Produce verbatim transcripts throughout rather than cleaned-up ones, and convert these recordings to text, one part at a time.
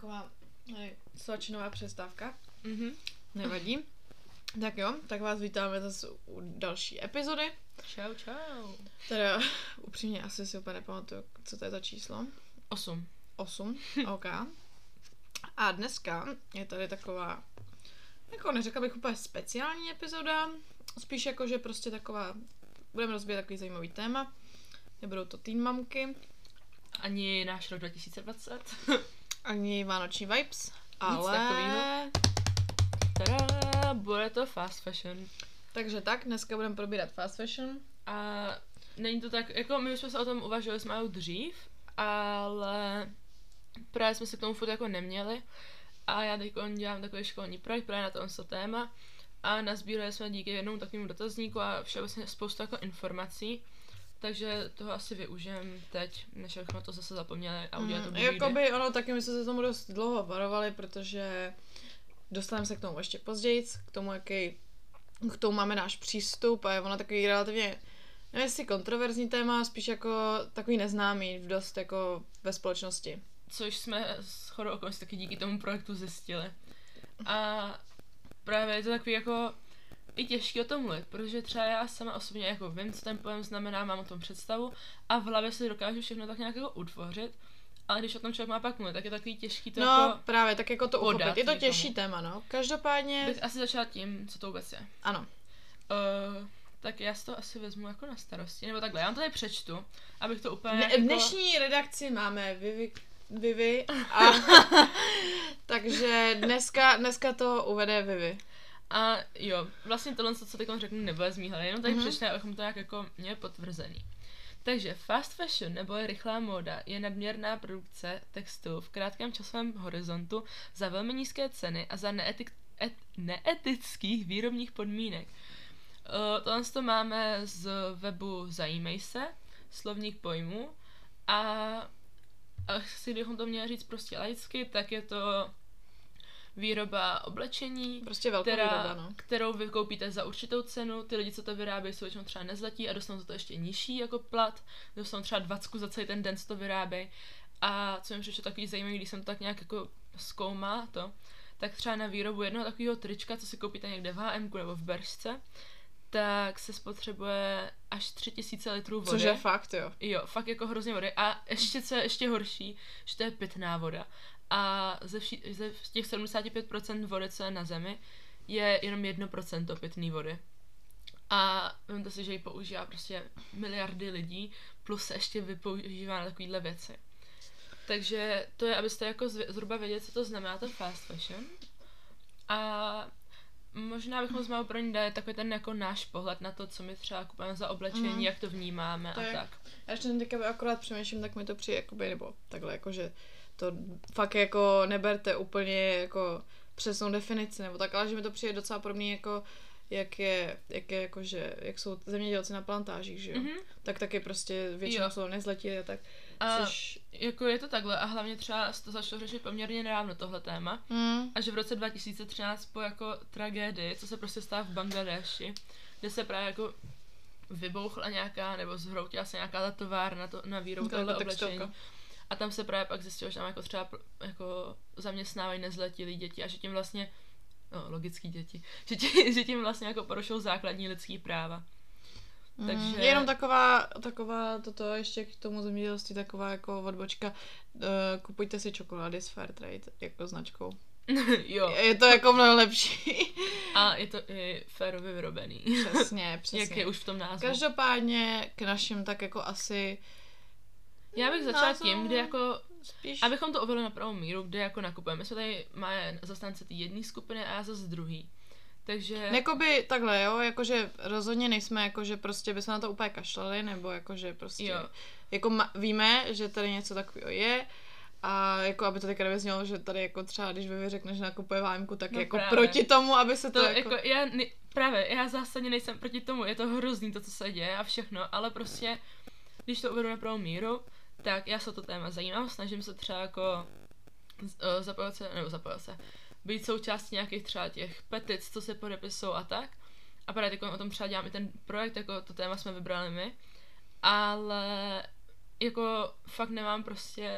taková svačinová přestávka. Mhm. Nevadí. Tak jo, tak vás vítáme zase u další epizody. Čau, čau. Teda upřímně asi si úplně nepamatuju, co to je za číslo. Osm. Osm, ok. A dneska je tady taková, jako neřekla bych úplně speciální epizoda, spíš jako, že prostě taková, budeme rozbíjet takový zajímavý téma. Nebudou to teen mamky. Ani náš rok dva tisíce dvacet. Ani vánoční vibes, ale... takovýho. Tada, bude to fast fashion. Takže tak, dneska budeme probírat fast fashion. A není to tak, jako my jsme se o tom uvažovali jsme už dřív, ale právě jsme se k tomu furt jako neměli. A já teď dělám takový školní projekt právě na tomto téma a nazbírali jsme díky jednomu takovému dotazníku a všeobecně spoustu jako informací. Takže toho asi využijem teď, než bychom to zase zapomněli a udělat to mm, druhý Jakoby ono taky my jsme se tomu dost dlouho varovali, protože dostaneme se k tomu ještě později, k tomu, jaký k tomu máme náš přístup a je ono takový relativně, nevím jestli kontroverzní téma, spíš jako takový neznámý v dost jako ve společnosti. Což jsme shodou okolností taky díky tomu projektu zjistili. A právě je to takový jako i těžký o tom mluvit, protože třeba já sama osobně jako vím, co ten pojem znamená, mám o tom představu a v hlavě si dokážu všechno tak nějak jako utvořit, ale když o tom člověk má pak mluvit, tak je takový těžký to no, jako právě, tak jako to uchopit. Je to někomu. těžší téma, no. Každopádně... Bych asi začala tím, co to vůbec je. Ano. Uh, tak já si to asi vezmu jako na starosti, nebo takhle, já vám to tady přečtu, abych to úplně Ne, jako... v dnešní redakci máme Vivi, Vivi a takže dneska, dneska to uvede Vivi. A jo, vlastně tohle, co teď řeknu, nebude z mých hlavy, jenom tady Mhm. mm-hmm. přečte, abychom to jak jako měli potvrzený. Takže fast fashion nebo rychlá móda je nadměrná produkce textilu v krátkém časovém horizontu za velmi nízké ceny a za neetik, et, neetických výrobních podmínek. Uh, tohle to máme z webu Zajímej se, slovník pojmů a, a si kdybychom to měli říct prostě laicky, tak je to výroba oblečení, Prostě velká která, výroba, no. kterou vy koupíte za určitou cenu, ty lidi, co to vyrábějí, jsou většinou třeba nezlatí a dostanou za to ještě nižší jako plat, dostanou třeba dvacku za celý ten den, co to vyrábějí. A co mi přišlo takový zajímavý, když jsem to tak nějak jako zkoumala to, tak třeba na výrobu jednoho takového trička, co si koupíte někde v há emku nebo v Beršce, tak se spotřebuje až tři tisíce litrů vody. Což je fakt, jo. Jo, fakt jako hrozně vody. A ještě co je ještě horší, že to je pitná voda. A ze, vši, ze těch sedmdesát pět procent vody, co je na zemi, je jenom jedno procento pitné vody. A vemte si, že ji používá prostě miliardy lidí, plus se ještě vypoužívá na takovýhle věci. Takže to je, abyste jako zhruba věděli, co to znamená to fast fashion. A možná bychom z mého pro ní dali takový ten jako náš pohled na to, co my třeba kupujeme za oblečení, mm. jak to vnímáme tak. a tak. Já ještě teďka akorát přemýšlím, tak mi to přijde jakoby, nebo takhle jakože to fakt jako neberte úplně jako přesnou definici, nebo tak, ale že mi to přijde docela podobný jako jak je, jak je jako, že, jak jsou zemědělci na plantážích, že jo, Mm-hmm. tak taky prostě většinou Jo. jsou nezletí a tak. A Což... jako je to takhle a hlavně třeba to začalo řešit poměrně nedávno tohle téma Mm. a že v roce dva tisíce třináct po jako tragédii, co se prostě stalo v Bangladeši, kde se právě jako vybouchla nějaká, nebo zhroutila se nějaká ta továrna to, na výrobu tohle oblečení. A tam se právě pak zjistilo, že tam jako třeba jako zaměstnávají nezletilí děti a že tím vlastně, no logický děti, že tím, že tím vlastně jako porušují základní lidský práva. Mm, Takže... jenom taková, taková toto ještě k tomu zemědělství, taková jako odbočka, uh, kupujte si čokolády z Fairtrade jako značkou. Jo. Je to jako mnoho lepší. A je to i férově vyrobený. Přesně, přesně. Jak je už v tom názvu. Každopádně k našim tak jako asi... Já bych začala názvu tím, kde jako, spíš... abychom to uvedli na pravou míru, kde jako nakupujeme. My jsme tady máme zastánce té jedné skupiny a já zase druhý. Takže... Jakoby takhle, jo, jakože rozhodně nejsme, jakože prostě bychom na to úplně kašlali, nebo jakože prostě... Jo. Jako ma- víme, že tady něco takového je, a jako aby to teďka nevyznělo, že tady jako třeba, když Vivi řekne, že nakupuje vájemku, tak No jako právě. proti tomu, aby se to, To jako... jako, já ne, právě, já zásadně nejsem proti tomu, je to hrozný to, co se děje a všechno, ale prostě, když to uvedu na pravou míru, tak já se o to téma zajímám, snažím se třeba jako uh, zapojit se, nebo zapojit se, být součástí nějakých třeba těch petic, co se podepisují a tak. A právě jako o tom třeba dělám i ten projekt, jako to téma jsme vybrali my, ale jako fakt nemám prostě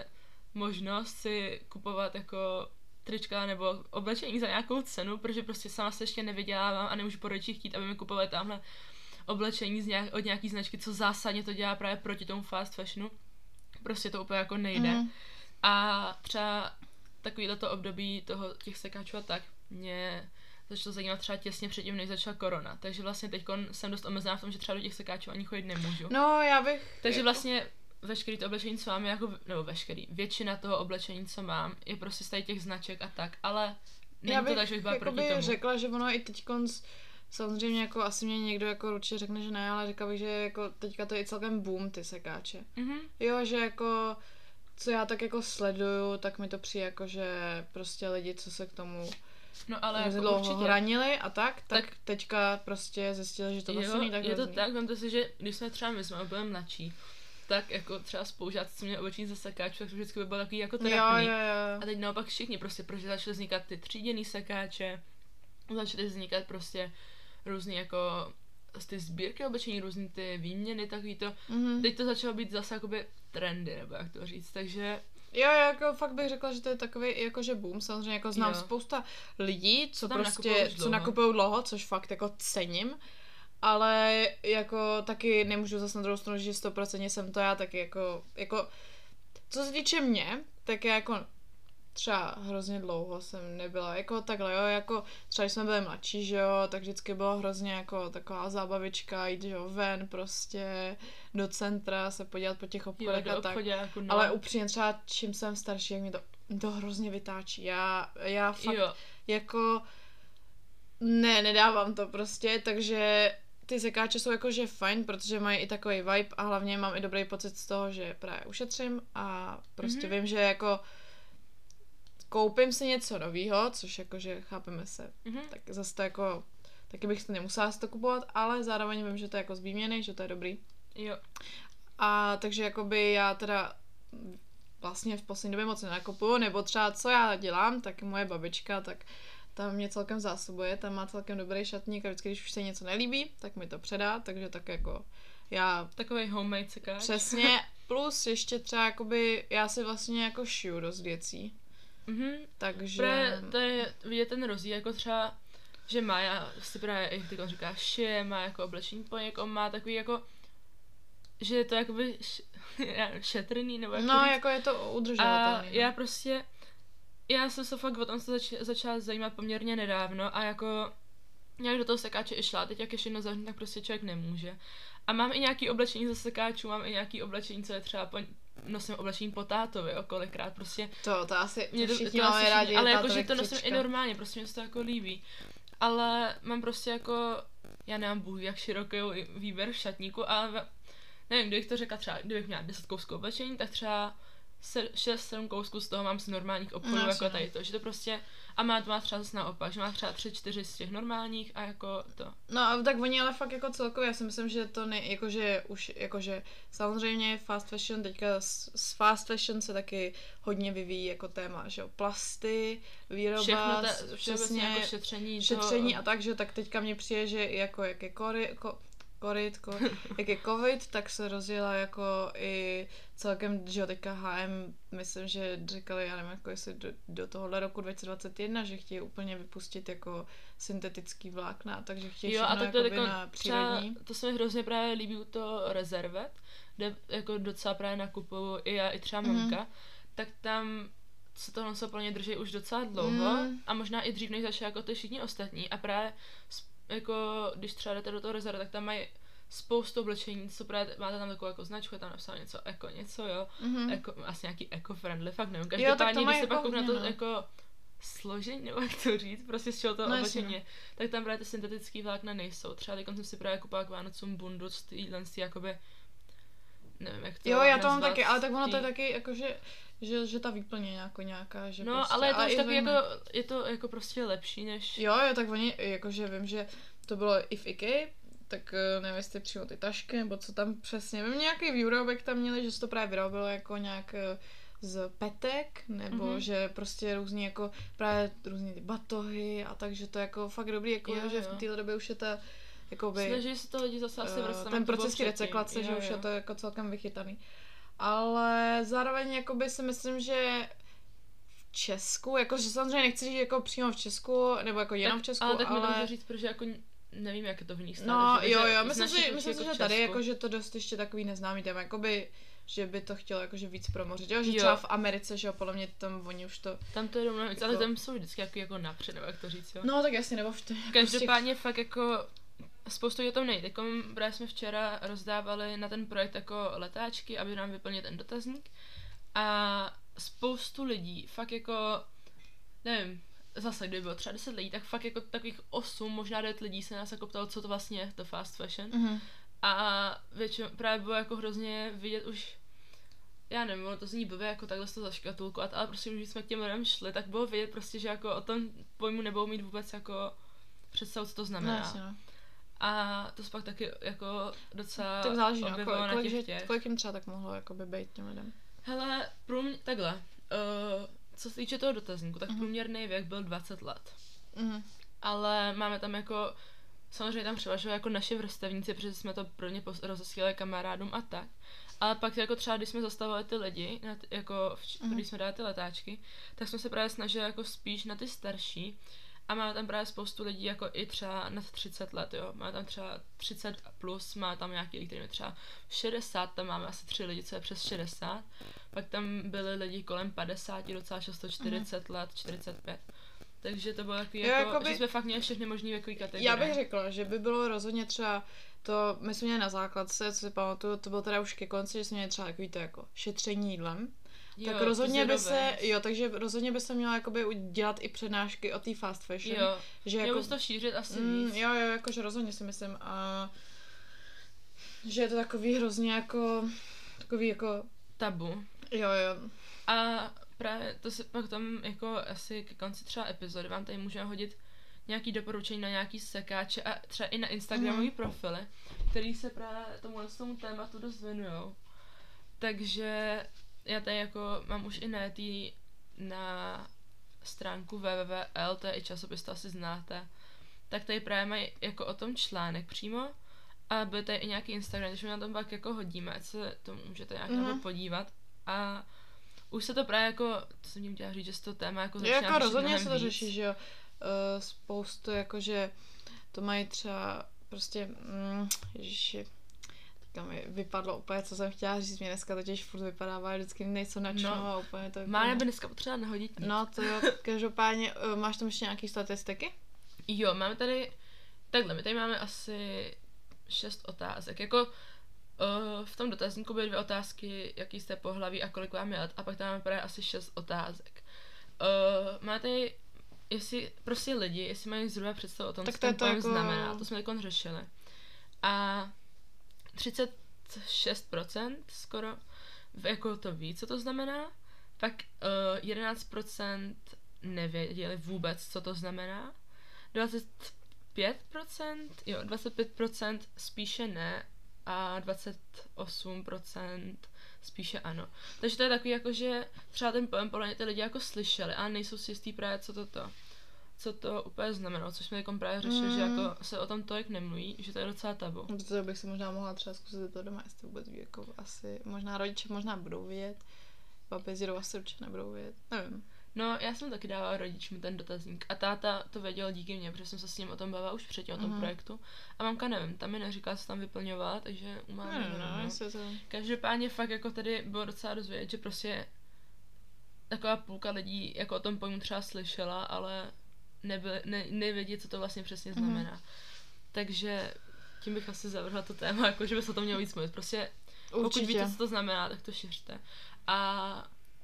možnost si kupovat jako trička nebo oblečení za nějakou cenu, protože prostě sama se ještě nevydělávám a nemůžu po rodičích chtít, aby mi kupovali tamhle oblečení z nějak, od nějaký značky, co zásadně to dělá právě proti tomu fast fashionu. Prostě to úplně jako nejde. Mm. A třeba takovýto období toho těch sekáčů a tak mě začalo zajímat třeba těsně předtím, než začala korona. Takže vlastně teď jsem dost omezená v tom, že třeba do těch sekáčů ani chodit nemůžu. No, já bych... Takže vlastně veškerý to oblečení, co mám, je jako, nebo veškerý, většina toho oblečení, co mám, je prostě z tady těch značek a tak, ale není to tak, že bych byla proti tomu. Řekla, že ono i teď konc, samozřejmě jako asi mě někdo jako určitě řekne, že ne, ale řekla bych, že jako teďka to je i celkem boom, ty sekáče. Mm-hmm. Jo, že jako, co já tak jako sleduju, tak mi to přijde jako, že prostě lidi, co se k tomu no, ale jako dlouho určitě hranili a tak, tak, tak teďka prostě zjistili, že to vlastně není tak je to hrozný. tak, vemte si, že když jsme třeba my jsme byli mladší, tak jako třeba spolužáci, co měli oblečení ze sekáčů, tak to vždycky by bylo takový jako trapný. Jo, jo, jo. A teď naopak všichni prostě, protože začaly vznikat ty tříděný sekáče, začaly vznikat prostě různý jako ty sbírky oblečení, různý ty výměny, takový to. Mm-hmm. Teď to začalo být zase jakoby trendy, nebo jak to říct, takže... Jo, jako fakt bych řekla, že to je takový jakože boom, samozřejmě jako znám jo. spousta lidí, co, co prostě, co nakupují dlouho, což fakt jako cením. Ale jako taky nemůžu zase na druhou stranu, že sto procent jsem to já, taky jako, jako, co se týče mě, tak já jako třeba hrozně dlouho jsem nebyla, jako takhle, jo, jako třeba když jsme byli mladší, že jo, tak vždycky bylo hrozně jako taková zábavička, jít, že jo, ven prostě do centra, se podívat po těch obchodech jo, a tak, jako no. Ale upřímně třeba čím jsem starší, jak mě to, mě to hrozně vytáčí, já, já fakt jo. jako, ne, nedávám to prostě, takže ty sekáče jsou jakože fajn, protože mají i takový vibe a hlavně mám i dobrý pocit z toho, že právě ušetřím a prostě mm-hmm. vím, že jako koupím si něco novýho, což jakože chápeme se, mm-hmm. tak zase to jako, taky bych to nemusela si to kupovat, ale zároveň vím, že to je jako z výměny, že to je dobrý. Jo. A takže jakoby já teda vlastně v poslední době moc nenakupuju, nebo třeba co já dělám, tak moje babička, tak tam mě celkem zásobuje, tam má celkem dobrý šatník a vždycky, když už se něco nelíbí, tak mi to předá, takže tak jako já... Takovej homemade sekáč. Přesně, plus ještě třeba jakoby, já si vlastně jako šiju dost věcí. Mhm. Takže... Právě to je vidět ten rozdíl, jako třeba, že má, já si právě, jak ty říká, šije, má jako oblečení po někom, má takový jako, že je to jakoby š, šetrný, nebo jak No, to říct. jako je to udržovatelný. A já prostě... Já jsem se fakt o tom se zač- začala zajímat poměrně nedávno a jako nějak do toho sekáče i šla, teď jak ještě jedno zavřít, tak prostě člověk nemůže. A mám i nějaký oblečení ze sekáčů, mám i nějaký oblečení, co je třeba po, nosím oblečení po tátovi, jo, kolikrát prostě. To, to asi mě to, všichni to máme asi rádi. Ale jakože to nosím i normálně, prostě mě se to jako líbí. Ale mám prostě jako, já nemám bůh jak široký výběr šatníku, ale nevím, kdybych to řekla třeba, kdybych měla deset kousků oblečení, tak třeba šest sedm kousků z toho mám z normálních obchodů, no, jako tady to, že to prostě, a má to má třeba zase naopak, že má třeba tři čtyři z těch normálních a jako to. No tak oni ale fakt jako celkově, já si myslím, že to ne, jakože už, jakože samozřejmě fast fashion, teďka z, z fast fashion se taky hodně vyvíjí jako téma, že jo, plasty, výroba, všechno ta, přesně, jako šetření, šetření toho, a tak, že tak teďka mně přijde, že jako jak je kory, ko, korit, ko, jak je covid, tak se rozjela jako i celkem, že jo, teďka H and M, myslím, že říkali, já nevím, jako jestli do, do tohohle roku dva tisíce dvacet jedna, že chtějí úplně vypustit jako syntetický vlákna, takže chtějí jo, všechno a tak to jakoby jako na přírodní. Třeba, to se mi hrozně právě líbí u to Rezervet, kde jako docela právě nakupuju i já, i třeba mamka, mm. tak tam se tohle se plně drží už docela dlouho mm. a možná i dřív, než začali jako ty všichni ostatní a právě jako když třeba jdete do toho Rezervet, tak tam mají spoustu oblečení, co právě máte tam takovou jako značku, je tam napsáno něco eko, něco, jo, mm-hmm. Eko, asi nějaký eco-friendly, fakt nevím, každopádně, když se pak kouknu na to jako složení, nebo jak to říct, prostě z čeho to no, oblečení je, tak tam právě ty syntetický vlákna nejsou, třeba teď jsem si právě kupovala k Vánocům bundu z týhle, jakoby, nevím, jak to jo, já to mám taky, ale tak ono to je taky, jakože, že, že ta výplně jako nějaká, že no, prostě, ale je to už taky jako, je to jako prostě lepší, než... Jo, jo, tak oni, jakože vím, že to bylo i v IKEA, tak nevím, jestli přímo ty tašky, nebo co tam přesně, vím, nějaký výrobek tam měli, že se to právě vyrobilo jako nějak z petek, nebo mm-hmm. že prostě různý jako, právě různý ty batohy a takže to jako fakt dobrý, jako jo, že jo. V této době už je ta, jakoby... Snaží se to lidi zase asi vracet ten proces recyklace, že jo, už je to jako celkem vychytaný. ale zároveň jakoby si myslím, že v Česku, jakože samozřejmě nechci říct jako přímo v Česku, nebo jako jenom tak, v Česku, ale... tak ale... nemůžu říct, protože jako nevím, jak je to v jiných státech. No že, jo, že jo, myslím si, naší myslím si, jako že tady jakože to dost ještě takový neznámý téma, jakoby, že by to chtělo jakože víc promořit, jo, že Jo. třeba v Americe, že jo, podle mě tam oni už to... Tam to je rovnou víc, ale Jako- tam jsou vždycky jako, jako napřed, nebo jak to říct, jo. No tak jasně, nebo v těch... Každopádně fakt jako spoustu je tom nejde. Jako právě jsme včera rozdávali na ten projekt jako letáčky, aby nám vyplnil ten dotazník. A spoustu lidí, fakt jako, nevím, zase kdyby bylo třeba deset lidí, tak fakt jako takových osm, možná devět lidí se nás jako ptalo, co to vlastně je, to fast fashion. Mhm. A většinou právě bylo jako hrozně vidět už, já nevím, ono to zní blbě jako takhle to zaškatulkovat, ale prostě když jsme k těm lidem šli, tak bylo vidět prostě, že jako o tom pojmu nebudou mít vůbec jako představu, co to No znamená. jasně, no. A to se pak taky jako docela Tak záleží, no, objevilo kolik, na kolik, těch že, těch. kolik jim třeba tak mohlo jakoby být těm lidem. Hele, prům, takhle, uh, co se týče toho dotazníku, tak Mhm. průměrný věk byl dvacet let. Mhm. Ale máme tam jako, samozřejmě tam převažují jako naši vrstevníci, protože jsme to pro ně pos- rozesílali kamarádům a tak. Ale pak jako třeba, když jsme zastavovali ty lidi, na ty, jako vč- Mhm. když jsme dali ty letáčky, tak jsme se právě snažili jako spíš na ty starší. A máme tam právě spoustu lidí jako i třeba nad třicet let, jo. Máme tam třeba třicet plus, má tam nějaký lidi, který je třeba šedesát, tam máme asi tři lidi, co je přes šedesát. Pak tam byli lidi kolem padesát, docela často čtyřicet let, čtyřicet pět. Takže to bylo takový, Jo, jako, jakoby- že jsme fakt měli všechny možný věkový kategorie. Já bych řekla, že by bylo rozhodně třeba to, my jsme měli na základce, co si pamatuju, to bylo teda už ke konci, že jsme měli třeba takový to jako šetření jídlem. Jo, Tak rozhodně by zero se, waste. jo, takže rozhodně by se mělo jakoby udělat i přednášky o té fast fashion. Jo, že mělo jako, by se to šířit asi mm, víc. jo, jo, jakože rozhodně si myslím. A že je to takový hrozně jako, takový jako, Tabu. jo, jo. A právě to se pak tam jako asi ke konci třeba epizody vám tady můžeme hodit nějaký doporučení na nějaký sekáče a třeba i na Instagramový Mhm. profily, který se právě tomuhle tomu tématu dost věnujou. Takže já tady jako mám už i najetý na stránku w w w tečka l, to je i časopis, to asi znáte. Tak tady právě mají jako o tom článek přímo a byl tady i nějaký Instagram, když my na tom pak jako hodíme, ať se to můžete nějak Mhm. mm-hmm. podívat. A už se to právě jako, to jsem tím chtěla říct, že se to téma jako Jo, začíná jako řešit rozhodně mnohem se to víc. řeší, že jo. Uh, spoustu, jakože to mají třeba prostě, mm, ježiši, teďka mi vypadlo úplně, co jsem chtěla říct, mě dneska totiž furt vypadává vždycky něco načnou No, a úplně to Má vypadá. by dneska potřeba nahodit. No to jo, každopádně, uh, máš tam ještě nějaký statistiky? Jo, máme tady, takhle, my tady máme asi šest otázek. Jako uh, v tom dotazníku byly dvě otázky, jaký jste pohlaví a kolik vám je let, a pak tam máme právě asi šest otázek. Uh, máte tady, jestli, prostě lidi, jestli mají zhruba představu o tom, Tak co to je ten to pojem jako- znamená, to jsme teď řešili. A třicet šest procent skoro jako to ví, co to znamená, pak uh, jedenáct procent nevěděli vůbec, co to znamená, dvacet pět procent, jo, dvacet pět procent spíše ne a dvacet osm procent spíše ano. Takže to je takový jako, že třeba ten pojem podle mě ty lidi jako slyšeli, ale nejsou si jistý právě, co to to, co to úplně znamenalo, což jsme jako právě řešili, Mm. že jako se o tom tolik nemluví, že to je docela tabu. To bych si možná mohla třeba zkusit to doma, jestli vůbec ví, jako asi, možná rodiče možná budou vědět, babi s dědou asi určitě nebudou vědět, nevím. No, já jsem taky dávala rodičům ten dotazník a táta to věděl díky mně, protože jsem se s ním o tom bavila už předtím, o tom Mhm. projektu. A mamka nevím, tam mi neříkala, co tam vyplňovala, takže u mámy Nevím, nevím, no, no. jestli to... Každopádně fakt jako tady bylo docela dost vědět, že prostě taková půlka lidí jako o tom pojmu třeba slyšela, ale nebyli, ne, nevědí, co to vlastně přesně Mhm. znamená. Takže tím bych asi zavrhla to téma, jako že by se o tom mělo víc mluvit. Prostě pokud Určitě. víte, co to znamená, tak to šiřte. A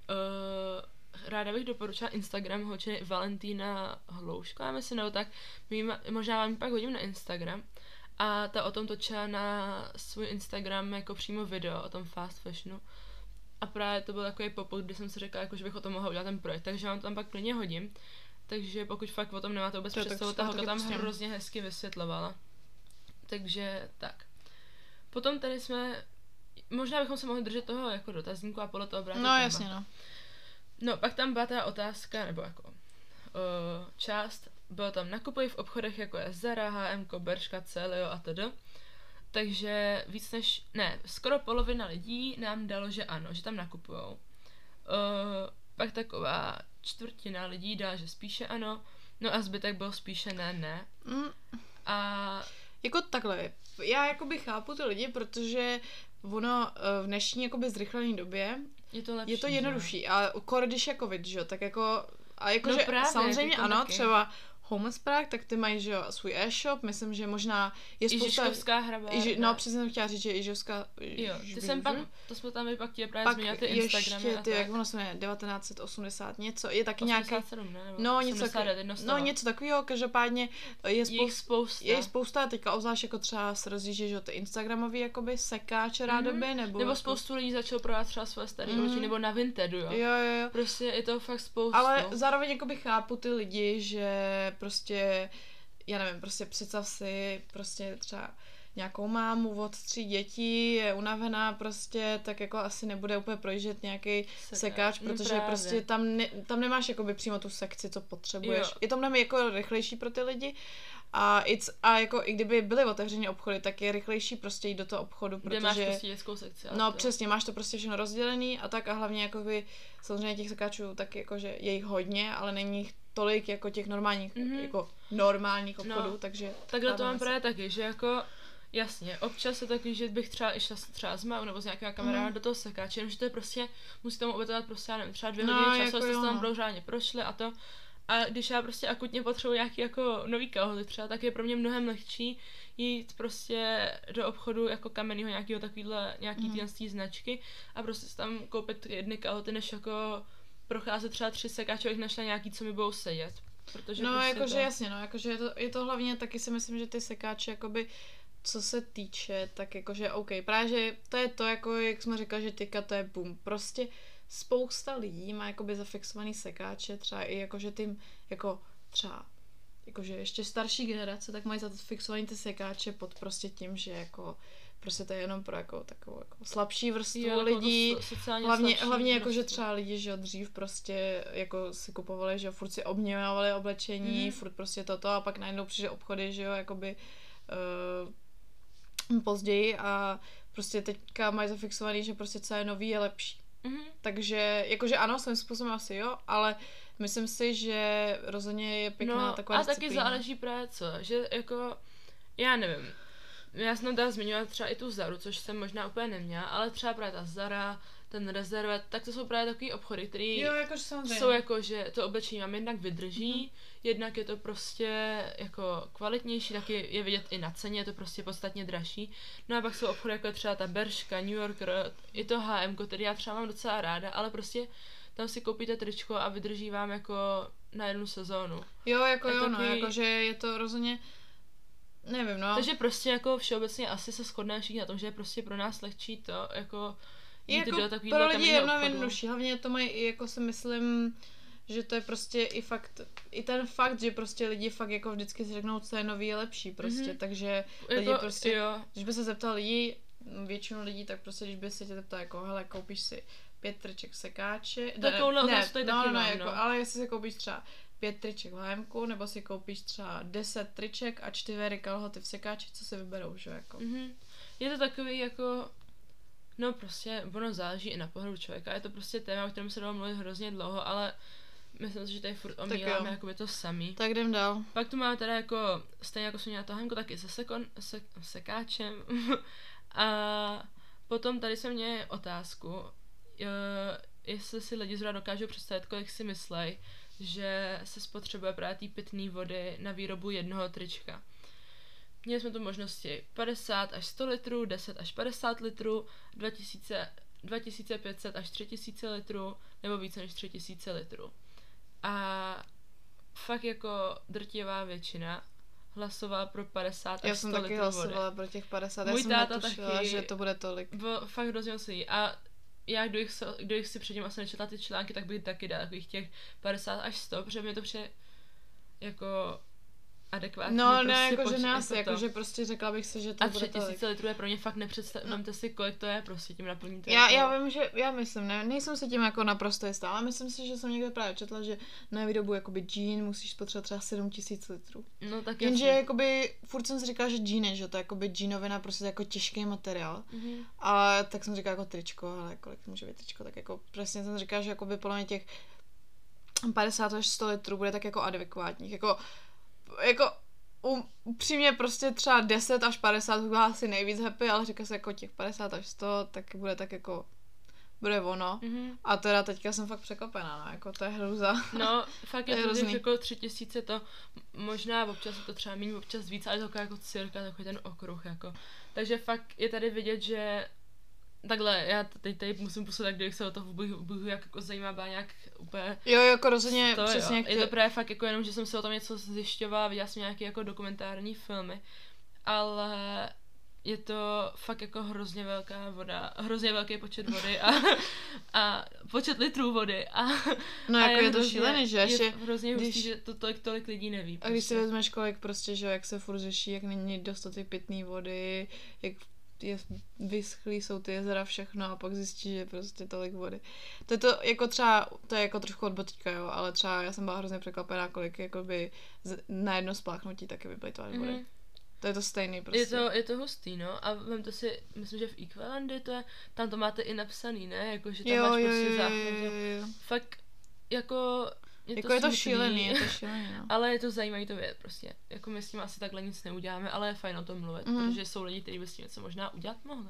uh, ráda bych doporučila Instagram holčiny Valentína Hloušková, myslím, nebo tak. My jí ma- možná vám ji pak hodím na Instagram. A ta o tom točila na svůj Instagram jako přímo video o tom fast fashionu. A právě to byl takový popud, kdy jsem si řekla, jako, že bych o tom mohla udělat ten projekt. Takže vám to tam pak klidně hodím. Takže pokud fakt o tom nemáte vůbec To je tak představu, super, ta holka taky tam pustím. hrozně hezky vysvětlovala. Takže tak. Potom tady jsme, možná bychom se mohli držet toho jako dotazníku a podle toho brát No téma. jasně, no. No, pak tam byla ta otázka, nebo jako uh, část, bylo tam nakupuji v obchodech jako je Zara, H M, Bershka, Celio a td. takže víc než, ne, skoro polovina lidí nám dalo, že ano, že tam nakupujou. Uh, pak taková čtvrtina lidí dá, že spíše ano, no a zbytek byl spíše ne, ne. Mm. A jako takhle, já jakoby chápu ty lidi, protože ono v dnešní jakoby zrychlené době je to lepší, je to jednodušší. Že? A kor, když je covid, že jo, tak jako, a jako, no že právě, samozřejmě ano, taky. Třeba Homeless Prague, tak ty mají, že jo, svůj e-shop, myslím, že možná je spousta... Ižiškovská hrabárna. Iži, no, přesně jsem chtěla říct, že Ižiškovská... Jo, ty jsem pak, to jsme tam pak tě právě zmínili, ty Instagramy ještě, a ty, tak. jak ono se jmenuje, devatenáct set osmdesát něco, je taky osmdesát sedm, nějaký... ne? Nebo no, něco takový, no, něco takového, každopádně je spousta, spousta. je spousta, teďka obzvlášť jako třeba se rozjíždí, že ty instagramový jakoby sekáče rádoby, mm-hmm. nebo... Nebo jako... spoustu lidí začalo prodávat třeba své staré mm-hmm. oči, nebo na Vintedu, jo. Jo, jo, jo. Prostě je to fakt spoustu. Ale zároveň jakoby chápu ty lidi, že prostě já nevím, prostě představ si prostě třeba nějakou mámu od tří dětí, je unavená prostě, tak jako asi nebude úplně projíždět nějaký sekáč, sekáč protože no prostě tam, ne, tam nemáš jakoby přímo tu sekci, co potřebuješ. Jo. Je to mnohem jako rychlejší pro ty lidi a, it's, a jako i kdyby byly otevřené obchody, tak je rychlejší prostě jít do toho obchodu, protože... Kde máš prostě dětskou sekci. No to... přesně, máš to prostě všechno rozdělený a tak a hlavně jakoby samozřejmě těch sekáčů tak jakože je jich hodně, ale není jich tolik jako těch normálních, mm-hmm. jako normálních obchodů, no, takže... Takhle to mám právě taky, že jako jasně, občas je taky, že bych třeba išla třeba s mámou nebo s nějakým kamarádem mm. do toho sekáče, jenomže to je prostě, musí tomu obětovat prostě, já nevím, třeba dvě no, hodiny času, času, jako jste tam budou řádně prošli a to. A když já prostě akutně potřebuji nějaký jako nový kalhoty třeba, tak je pro mě mnohem lehčí jít prostě do obchodu jako kamennýho nějakého takovýhle, nějaký mm. týhle značky a prostě si tam koupit jedny kalhoty, než jako procházet třeba tři sekáče, abych našla nějaký, co mi budou sedět. Protože no, prostě jakože to... jasně, no, jakože je to, je to hlavně, taky si myslím, že ty sekáče, jakoby, co se týče, tak jakože OK, právě, že to je to, jako, jak jsme říkali, že teďka to je boom, prostě spousta lidí má jakoby zafixovaný sekáče, třeba i jakože tím, jako třeba, jakože ještě starší generace, tak mají zafixovaný ty sekáče pod prostě tím, že jako prostě to je jenom pro jako takovou jako slabší vrstvu jo, lidí, hlavně, hlavně jako, že třeba lidi, že dřív prostě jako si kupovali, že furt si obměňovali oblečení, mm. furt prostě toto a pak najednou přijde obchody, že jo, jakoby uh, později a prostě teďka mají zafixovaný, že prostě co je nový je lepší. Mm. Takže jakože ano, svým způsobem asi jo, ale myslím si, že rozhodně je pěkná no, taková a disciplína. taky záleží právě co, že jako já nevím, já jsem tam zmiňovala třeba i tu Zaru, což jsem možná úplně neměla, ale třeba právě ta Zara, ten Rezervet, tak to jsou právě takový obchody, které jsou jako, že to oblečení vám jednak vydrží, mm-hmm. jednak je to prostě jako kvalitnější, taky je vidět i na ceně, je to prostě podstatně dražší. No a pak jsou obchody jako třeba ta Bershka, New Yorker, i to H M, který já třeba mám docela ráda, ale prostě tam si koupíte tričko a vydrží vám jako na jednu sezónu. Jo, jako jo, no, jakože je to rozhodně nevím, no. Takže prostě jako všeobecně asi se shodneme všichni na tom, že je prostě pro nás lehčí to, jako jít jako do takovýhle pro lidi je obchodu. jednodušší, hlavně to mají i jako si myslím, že to je prostě i fakt, i ten fakt, že prostě lidi fakt jako vždycky si řeknou, co je nový je lepší prostě, mm-hmm. takže jako, lidi prostě, jo. když by se zeptal lidí, většinu lidí, tak prostě když by se tě zeptal jako, hele, koupíš si pět triček sekáče, takovouhle ne, ne, to je no, taky no, mám, jako, no. ale jestli si koupíš třeba pět triček v H M ku, nebo si koupíš třeba deset triček a čtyři kalhoty v sekáči, co se vyberou, že jako. Mm-hmm. Je to takový jako, no prostě, ono záleží i na pohledu člověka, je to prostě téma, o kterém se dalo mluvit hrozně dlouho, ale myslím si, že tady furt omíláme jakoby to samý. Tak jdem dál. Pak tu máme teda jako, stejně jako jsem měla to H M ku, taky se sekon, se, sekáčem. A potom tady jsem měla otázku, jestli si lidi zrovna dokážou představit, kolik si myslej, že se spotřebuje právě té pitné vody na výrobu jednoho trička. Měli jsme tu možnosti padesát až sto litrů, deset až padesát litrů, dva tisíce pět set až tři tisíce litrů, nebo více než tři tisíce litrů. A fakt jako drtivá většina hlasovala pro padesát až sto litrů vody. Já jsem taky hlasovala pro těch padesát, Můj já jsem netušila, taky, že to bude tolik. Bylo fakt hrozně silný. A já, kdo jich, kdo jich si předtím asi nečetla ty články, tak bych taky dala takových těch padesát až sto, protože mi to přijde jako adekvátní. No, prostě ne, jakože poč- ne asi, jako to. jakože prostě řekla bych si, že to A bude tři tolik. tisíce litrů je pro mě fakt nepředstavte si, kolik to je, prostě tím naplníte. Já, jako... já vím, že, já myslím, ne, nejsem si tím jako naprosto jistá, ale myslím si, že jsem někde právě četla, že na výrobu jakoby džín musíš spotřebovat třeba sedm tisíc litrů. No tak Jenže jasně. jakoby, furt jsem si říkala, že džíny, že to je jakoby džínovina, prostě jako těžký materiál. Mhm. A tak jsem říkala jako tričko, ale kolik může být tričko, tak jako přesně jsem říkala, že jakoby podle mě těch padesát až sto litrů bude tak jako adekvátních, jako, jako um, upřímně prostě třeba deset až padesát byla asi nejvíc happy, ale říká se jako těch padesát až sto, tak bude tak jako, bude ono. Mhm. A teda teďka jsem fakt překopená, no, jako to je hruza. No, fakt je To je to, hrozný. těch jako tři tisíce to, možná občas je to třeba méně, občas víc, ale to jako, jako cirka takový ten okruh, jako. Takže fakt je tady vidět, že takhle, já teď tady musím působit, tak kdybych se o to budu, budu jak jako zajímá, byla nějak úplně Jo, jako rozhodně to, přesně jo. jak Je to ty... právě fakt jako jenom, že jsem se o tom něco zjišťovala, viděla jsem nějaké jako dokumentární filmy, ale je to fakt jako hrozně velká voda, hrozně velký počet vody a, a počet litrů vody a No a jako je to hrozně- šílený, že je ještě, hrozně hustý, když- že to tolik, tolik lidí neví. a když si prostě. vezmeš kolik prostě, že jo, jak se furt řeší, jak není dostatek pitné vody, jak je vyschlý jsou ty jezera, všechno a pak zjistí, že je prostě tolik vody. To je to jako třeba, to je jako trošku odbočka, jo, ale třeba já jsem byla hrozně překvapená, kolik jakoby z, na jedno spláchnutí taky vyplýtvá vody. Mhm. To je to stejný prostě. Je to, je to hustý, no, a vemte si, myslím, že v Equalandy to je, tam to máte i napsaný, ne, jako, že tam jo, máš jo, prostě jo, záchranu. jo, jo, jo. Fakt, jako, je Jako to je to smutný, šílený, je to šílený, no. ale je to zajímavý to vědět prostě. Jako my s tím asi takhle nic neuděláme, ale je fajn o tom mluvit, Mhm. protože jsou lidi, kteří by s tím něco možná udělat mohli.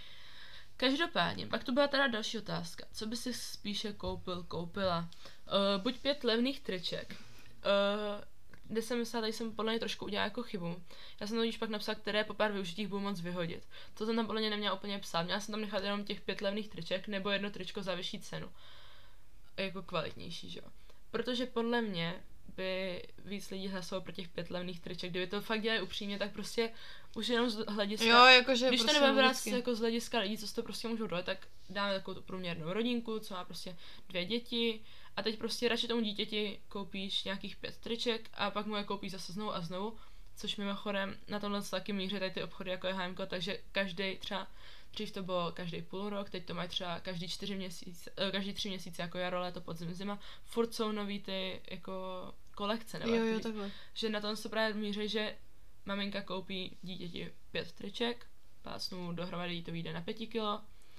Každopádně, pak tu byla teda další otázka. Co by si spíše koupil, koupila? Uh, buď pět levných triček. Uh, kde jsem myslela, tady jsem podle mě trošku udělala jako chybu. Já jsem to už pak napsala, které po pár využitích budu moc vyhodit. To jsem tam podle mě neměla úplně psát. Měla jsem tam nechat jenom těch pět levných triček nebo jedno tričko za vyšší cenu. Jako kvalitnější, že jo. Protože podle mě by víc lidí hlasovalo pro těch pět levných triček. Kdyby to fakt dělali upřímně, tak prostě už jenom z hlediska... Jo, jakože Když prostě to nebudeme brát logicky. jako z hlediska lidí, co si to prostě můžou dojet, tak dáme takovou tu průměrnou rodinku, co má prostě dvě děti a teď prostě radši tomu dítěti koupíš nějakých pět triček a pak mu je koupíš zase znovu a znovu, což mimochodem na tomhle taky míří tady ty obchody jako je H M K, takže každý třeba, dřív to bylo každý půl rok, teď to mají třeba každý čtyři měsíce, eh, každý tři měsíce jako jaro, léto, podzim, zima, furt jsou nový ty jako kolekce, nebo Jo, jak jo, to říct. takhle. Že na tom se právě míří, že maminka koupí dítěti pět triček, plácnu dohromady jí to vyjde na pěti kilo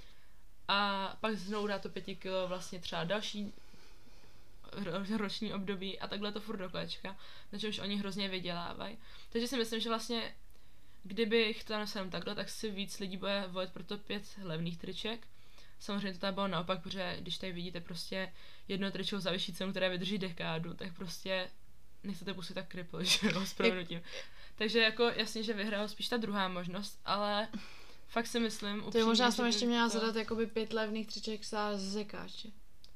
a pak znovu dá to pěti kilo vlastně třeba další ro- roční období a takhle to furt do kolečka, takže už oni hrozně vydělávají. Takže si myslím, že vlastně kdybych to napsal jenom takhle, tak si víc lidí bude volit pro to pět levných triček. Samozřejmě to tady bylo naopak, protože když tady vidíte prostě jedno tričko za vyšší cenu, které vydrží dekádu, tak prostě nechcete pustit tak kripl, že jo, s prominutím. Takže jako jasně, že vyhrála spíš ta druhá možnost, ale fakt si myslím To je upřímně, možná že jsem by ještě měla to- zadat jakoby pět levných triček z zekáče.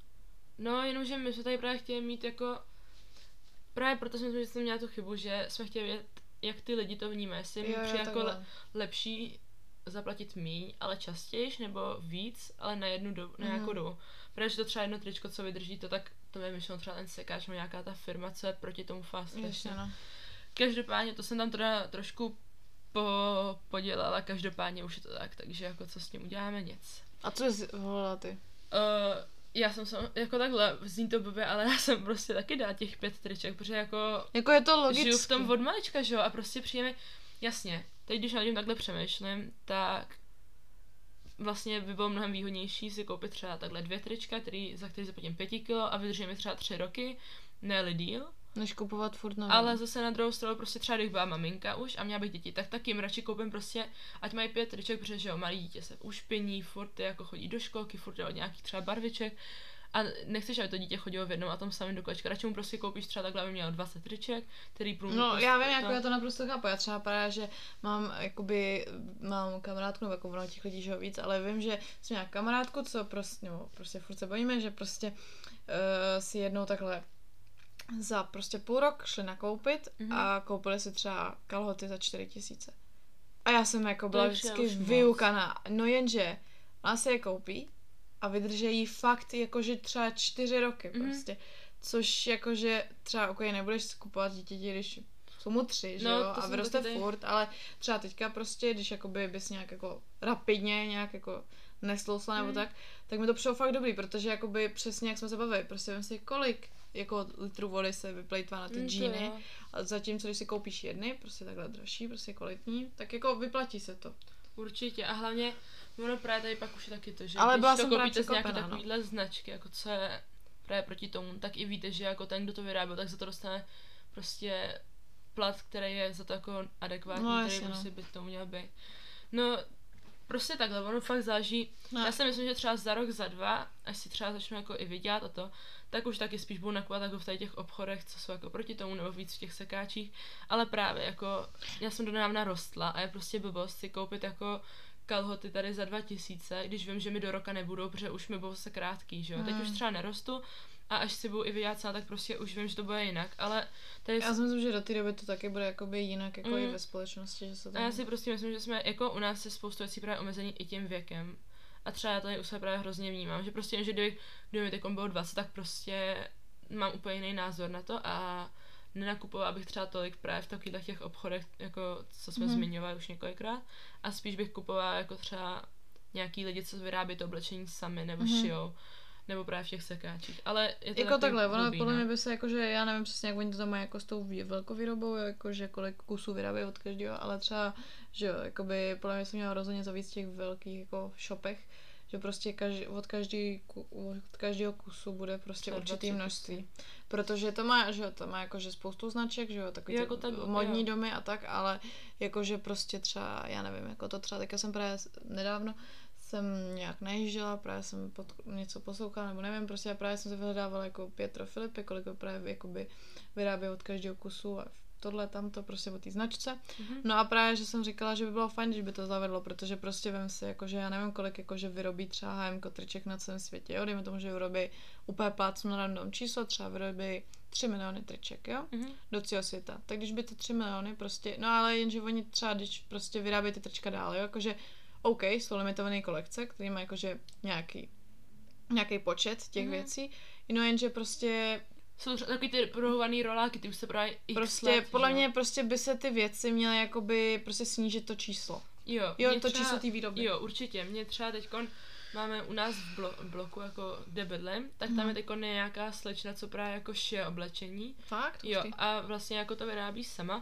No, jenomže my jsme tady právě chtěli mít jako... Právě proto jsme že jsem měla tu chybu, že jsme chtěli vědět, jak ty lidi to vnímají. Jestli jim Jo, jo, přijde jako takhle. le- lepší zaplatit míň, ale častěji, nebo víc, ale na jednu dobu, na Mhm. nějakou dobu. Protože to třeba jedno tričko, co vydrží to, tak to je myšleno třeba ten sekáč, nebo nějaká ta firma, co je proti tomu fast Jasně, fashion. no. Každopádně to jsem tam teda trošku po, podělala, každopádně už je to tak, takže jako co s tím uděláme, nic. A co jsi volala ty? Uh, já jsem sam, jako takhle, zní to blbě, ale já jsem prostě taky dala těch pět triček, protože jako Jako je to logicky. žiju v tom od malička, že jo, a prostě přijde mi, jasně, teď když nad tím takhle přemýšlím, tak vlastně by bylo mnohem výhodnější si koupit třeba takhle dvě trička, který, za který zaplatím pěti kilo a vydrží mi třeba tři roky, ne-li díl. Než kupovat furt nový. Ale zase na druhou stranu prostě třeba když byla maminka už a měla bych děti, tak taky jim radši koupím prostě, ať mají pět triček, protože že jo, malý dítě se ušpiní, furt je jako chodí do školky, furt je od nějakých třeba barviček a nechceš, aby to dítě chodilo v jednom a tom samém do kolečka, radši mu prostě koupíš třeba takhle, aby měl dvacet triček, který průměr. No, prostě já vím, to- jako já to naprosto chápu. Já třeba právě, že mám, jakoby, mám kamarádku, nebo jako ono těch lidí, že jo, víc, ale vím, že jsem měla kamarádku, co prostě, nebo prostě furt se bojíme, že prostě uh, si jednou takhle za prostě půl rok šli nakoupit Mhm. a koupili si třeba kalhoty za čtyři tisíce. A já jsem jako byla To už je vždycky už moc. vyukaná. No jenže, ona si je koupí a vydrží jí fakt jakože třeba čtyři roky Mhm. prostě. Což jakože třeba ok, nebudeš si kupovat dítěti, když jsou mu tři, že No, jo, to a jsem vyroste taky tady- furt, ale třeba teďka prostě, když jakoby bys nějak jako rapidně nějak jako neslousla nebo Hmm. tak, tak mi to přišlo fakt dobrý, protože jakoby přesně jak jsme se bavili, prostě vem si kolik jako litrů vody se vyplejtvá na ty Mm, to džíny, jo. a zatímco když si koupíš jedny, prostě takhle dražší, prostě kvalitní, tak jako vyplatí se to. Určitě a hlavně ono právě tady pak už je taky to, že Ale byla když to jsem právě koupíte z nějaké překvapená, no. takovýhle značky, jako co je právě proti tomu, tak i víte, že jako ten, kdo to vyráběl, tak za to dostane prostě plat, který je za to jako adekvátní, No, který jasně, no. musí být to měl být. No, prostě takhle, ono fakt záleží. No. Já si myslím, že třeba za rok, za dva, až si třeba začnu jako i vydělat a to, tak už taky spíš budu nakupovat jako v tady těch obchodech, co jsou jako proti tomu, nebo víc v těch sekáčích, ale právě jako, já jsem donávna rostla a je prostě blbost si koupit jako kalhoty tady za dva tisíce, když vím, že mi do roka nebudou, protože už mi budou se krátký, že jo. Teď Mm. už třeba nerostu a až si budu i vydělat sama, tak prostě už vím, že to bude jinak, ale tady Já si myslím, že do té doby to taky bude jakoby jinak jako Mm. i ve společnosti, že se to... a já si prostě myslím, že jsme jako u nás se spoustu věcí právě omezení i tím věkem. A třeba já tady u sebe právě hrozně vnímám, že prostě, že kdyby, kdyby mi teď bylo dvacet, tak prostě mám úplně jiný názor na to a nenakupovala bych třeba tolik právě v takových těch obchodech, jako co jsme Mhm. mm. zmiňovali už několikrát. A spíš bych kupovala jako třeba nějaký lidi, co vyrábí to oblečení sami nebo Mhm. mm. šijou. Nebo právě v těch sekáčích. Ale je to Jako takový takhle, ono blbý, podle no. mě by se jako, že já nevím přesně, jak oni to tam mají jako s tou vý- velkovýrobou, jako že kolik kusů vyrábějí od každého, ale třeba, že jo, jakoby podle mě jsem měla rozhodně za víc těch velkých jako shopech, že prostě každý, od, každý, ku- od každého kusu bude prostě Třeba určitý dva, tři množství. Protože to má, že jo, to má jakože spoustu značek, že jo, takový Jo, ty jako tak, modní jo. domy a tak, ale jakože prostě třeba, já nevím, jako to třeba, teďka jsem právě s- nedávno jsem nějak nejížděla, právě jsem pod, něco poslouchala, nebo nevím, prostě já právě jsem si vyhledávala jako Pietro Filippi, kolik ho právě jakoby vyrábí od každého kusu a tohle, tamto, prostě od té značce. Mhm. No a právě, že jsem říkala, že by bylo fajn, když by to zavedlo, protože prostě vem si, jakože já nevím, kolik jakože vyrobí třeba H M triček na celém světě, jo, dejme tomu, že vyrobí úplně plácnu na random číslo, třeba vyrobí tři miliony triček, jo, Mhm. do celého světa. Tak když by ty tři miliony prostě, no ale jenže oni třeba, když prostě vyrábějí ty trička dál, jo, jakože OK, jsou limitované kolekce, které mají jakože nějaký, nějaký počet těch Mhm. věcí, no jenže prostě Jsou třeba takový ty prohovaný roláky, ty už se právě x prostě, let, podle že jo. mě prostě by se ty věci měly jakoby prostě snížit to číslo. Jo, Jo, mě to třeba- číslo té výroby. Jo, určitě. Mě třeba teďkon máme u nás v blo- bloku, jako kde bydlím, tak tam Mhm. je teďkon nějaká slečna, co právě jako šije oblečení. Fakt? Jo, Hustý. a vlastně jako to vyrábí sama.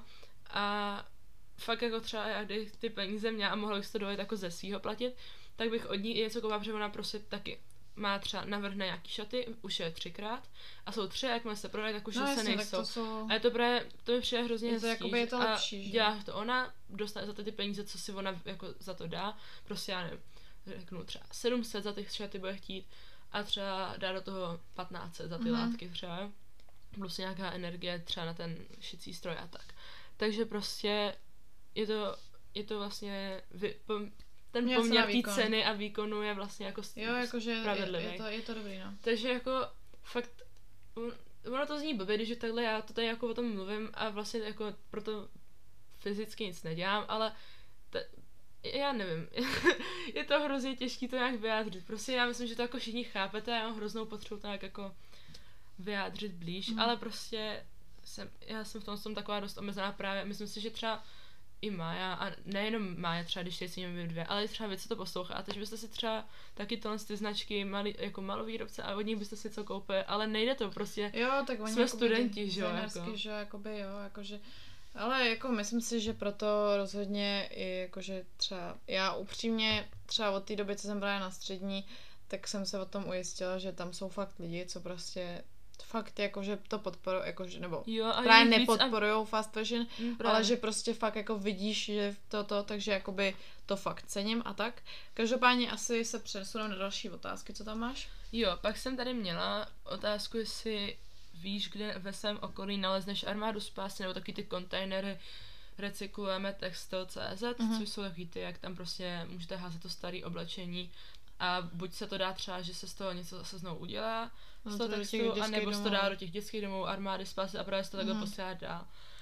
A fakt jako třeba já, když ty peníze měla a mohla bych si to dovolit jako ze svýho platit, tak bych od ní i něco koupila, protože ona prostě taky má třeba navrhne nějaký šaty, už je třikrát a jsou tři, jakmile se prodají, tak už No zase jasně, tak nejsou. to jsou... A je to právě, to mi přijde hrozně Je to hezký. jakoby je to a lepší, že? dělá to ona, dostane za to ty peníze, co si ona jako za to dá. Prostě já nevím, řeknu třeba sedm set za ty šaty bude chtít a třeba dá do toho patnáct set za ty Mhm. látky třeba. Plus nějaká energie třeba na ten šicí stroj a tak. Takže prostě je to, je to vlastně vy, pom, ten Měl se poměr na té výkon. ceny a výkonu je vlastně jako Jo, jakože je, spravedlivý. je, to, je to dobrý, no. Takže jako fakt, on- ono to zní blbě, když takhle já to tady jako o tom mluvím a vlastně jako proto fyzicky nic nedělám, ale t- já nevím, je to hrozně těžké to nějak vyjádřit. Prostě já myslím, že to jako všichni chápete, já mám hroznou potřebu to nějak jako vyjádřit blíž, Mhm. ale prostě jsem, já jsem v tom jsem taková dost omezená právě, myslím si, že třeba i Mája, a nejenom Mája třeba, když teď si dvě, ale i třeba vy, co to posloucháte, že byste si třeba taky tohle ty značky malý, jako malovýrobce a od nich byste si co koupili, ale nejde to prostě. Jo, tak oni Jsme jakoby studenti, že jo, designersky, jako. že jo, jakoby jo, jakože, ale jako myslím si, že proto rozhodně i jakože třeba, já upřímně třeba od té doby, co jsem byla na střední, tak jsem se o tom ujistila, že tam jsou fakt lidi, co prostě fakt jakože to podporují, jakože, nebo Jo, a právě je víc a- nepodporujou fast fashion, Hm, ale právě. že prostě fakt jako vidíš, že toto, takže jakoby to fakt cením a tak. Každopádně asi se přesuneme na další otázky, co tam máš? Jo, pak jsem tady měla otázku, jestli víš, kde ve svém okolí nalezneš armádu spásy nebo taky ty kontejnery recyklujeme textil tečka cé zet, Mhm. což jsou takový ty, jak tam prostě můžete házet to staré oblečení a buď se to dá třeba, že se z toho něco zase znovu udělá, No, z to toho do těch textu, dětských anebo se to domů. dá do těch dětských domů, armády spásy a právě se to takhle Mhm. posílá dál.